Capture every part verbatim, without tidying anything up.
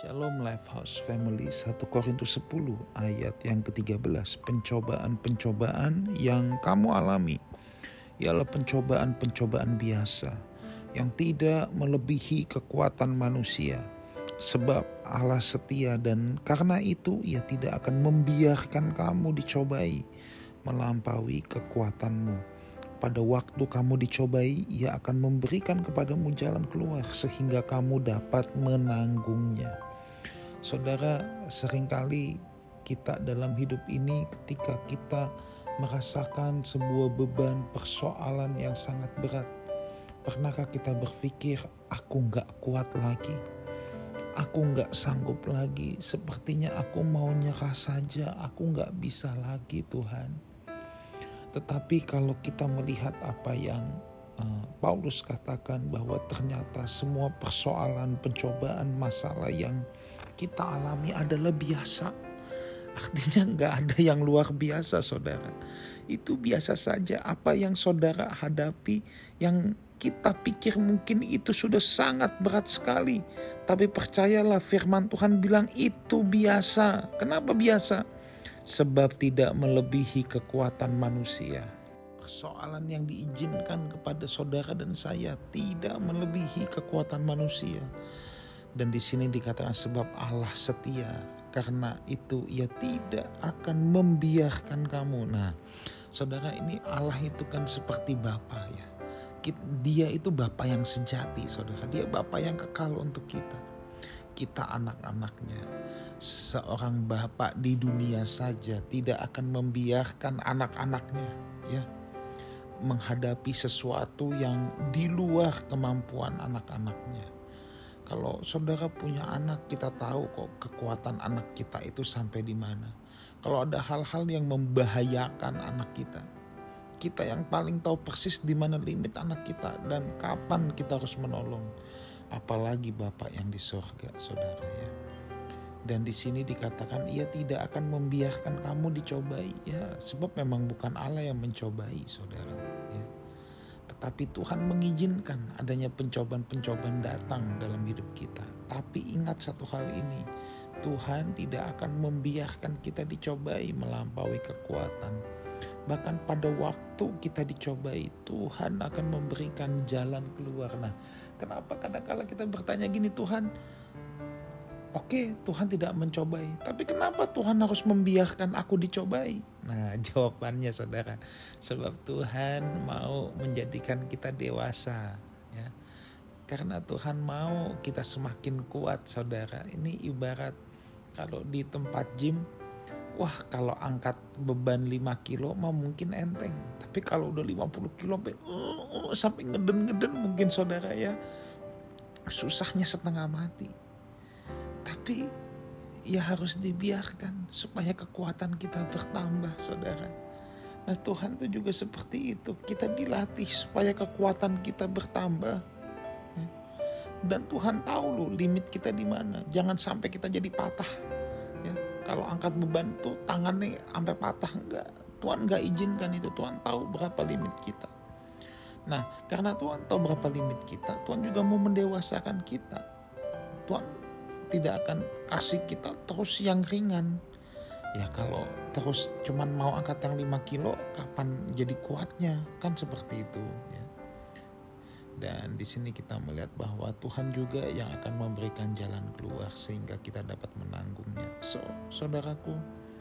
Shalom Lifehouse Family. Satu Korintus sepuluh ayat yang ketiga belas. Pencobaan-pencobaan yang kamu alami ialah pencobaan-pencobaan biasa yang tidak melebihi kekuatan manusia. Sebab Allah setia dan karena itu Ia tidak akan membiarkan kamu dicobai melampaui kekuatanmu. Pada waktu kamu dicobai, Ia akan memberikan kepadamu jalan keluar sehingga kamu dapat menanggungnya. Saudara, seringkali kita dalam hidup ini ketika kita merasakan sebuah beban persoalan yang sangat berat, pernahkah kita berpikir, aku gak kuat lagi, aku gak sanggup lagi, sepertinya aku mau nyerah saja, aku gak bisa lagi Tuhan. Tetapi kalau kita melihat apa yang uh, Paulus katakan bahwa ternyata semua persoalan, pencobaan, masalah yang kita alami adalah biasa. Artinya gak ada yang luar biasa saudara. Itu biasa saja apa yang saudara hadapi yang kita pikir mungkin itu sudah sangat berat sekali. Tapi percayalah firman Tuhan bilang itu biasa. Kenapa biasa? Sebab tidak melebihi kekuatan manusia. Persoalan yang diizinkan kepada saudara dan saya tidak melebihi kekuatan manusia. Dan di sini dikatakan sebab Allah setia, karena itu Ia tidak akan membiarkan kamu. Nah, saudara, ini Allah itu kan seperti Bapa ya. Dia itu Bapa yang sejati, saudara. Dia Bapa yang kekal untuk kita. Kita anak-anaknya. Seorang bapak di dunia saja tidak akan membiarkan anak-anaknya ya menghadapi sesuatu yang di luar kemampuan anak-anaknya. Kalau saudara punya anak, kita tahu kok kekuatan anak kita itu sampai di mana. Kalau ada hal-hal yang membahayakan anak kita, kita yang paling tahu persis di mana limit anak kita dan kapan kita harus menolong. Apalagi Bapak yang di surga, saudara ya. Dan di sini dikatakan Ia tidak akan membiarkan kamu dicobai ya, sebab memang bukan Allah yang mencobai saudara ya. Tetapi Tuhan mengizinkan adanya pencobaan-pencobaan datang dalam hidup kita. Tapi ingat satu hal ini, Tuhan tidak akan membiarkan kita dicobai melampaui kekuatan. Bahkan pada waktu kita dicobai, Tuhan akan memberikan jalan keluar. Nah, kenapa kadang-kala kita bertanya gini, Tuhan, oke, Tuhan tidak mencobai, tapi kenapa Tuhan harus membiarkan aku dicobai? Nah, jawabannya saudara, sebab Tuhan mau menjadikan kita dewasa ya. Karena Tuhan mau kita semakin kuat saudara. Ini ibarat kalau di tempat gym, wah kalau angkat beban lima kilo mah mungkin enteng. Tapi kalau udah lima puluh kilo sampai, uh, sampai ngeden-ngeden mungkin saudara ya, susahnya setengah mati. Tapi ya harus dibiarkan supaya kekuatan kita bertambah saudara. Nah Tuhan tuh juga seperti itu. Kita dilatih supaya kekuatan kita bertambah. Dan Tuhan tahu loh limit kita di mana. Jangan sampai kita jadi patah. Ya, kalau angkat beban tuh tangannya sampai patah, enggak. Tuhan enggak izinkan itu. Tuhan tahu berapa limit kita. Nah karena Tuhan tahu berapa limit kita, Tuhan juga mau mendewasakan kita. Tuhan tidak akan kasih kita terus yang ringan. Ya kalau terus cuman mau angkat yang lima kilo, kapan jadi kuatnya? Kan seperti itu ya. Dan di sini kita melihat bahwa Tuhan juga yang akan memberikan jalan keluar sehingga kita dapat menanggungnya. So, saudaraku,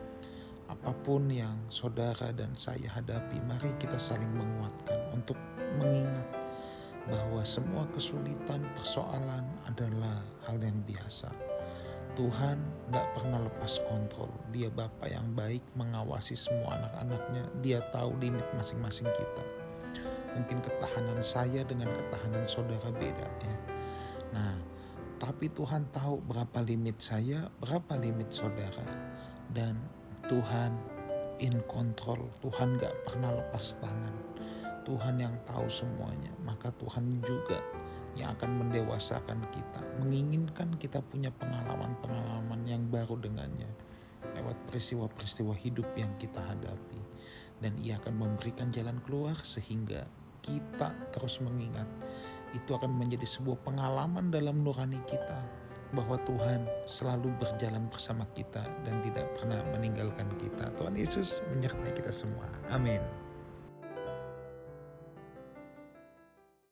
apapun yang saudara dan saya hadapi, mari kita saling menguatkan untuk mengingat bahwa semua kesulitan, persoalan adalah hal yang biasa. Tuhan tidak pernah lepas kontrol. Dia Bapa yang baik, mengawasi semua anak-anaknya. Dia tahu limit masing-masing kita. Mungkin ketahanan saya dengan ketahanan saudara beda ya. Nah, tapi Tuhan tahu berapa limit saya, berapa limit saudara. Dan Tuhan in control. Tuhan gak pernah lepas tangan. Tuhan yang tahu semuanya. Maka Tuhan juga yang akan mendewasakan kita, menginginkan kita punya pengalaman-pengalaman yang baru dengannya lewat peristiwa-peristiwa hidup yang kita hadapi. Dan Ia akan memberikan jalan keluar sehingga kita terus mengingat. Itu akan menjadi sebuah pengalaman dalam nurani kita bahwa Tuhan selalu berjalan bersama kita dan tidak pernah meninggalkan kita. Tuhan Yesus menyertai kita semua. Amin.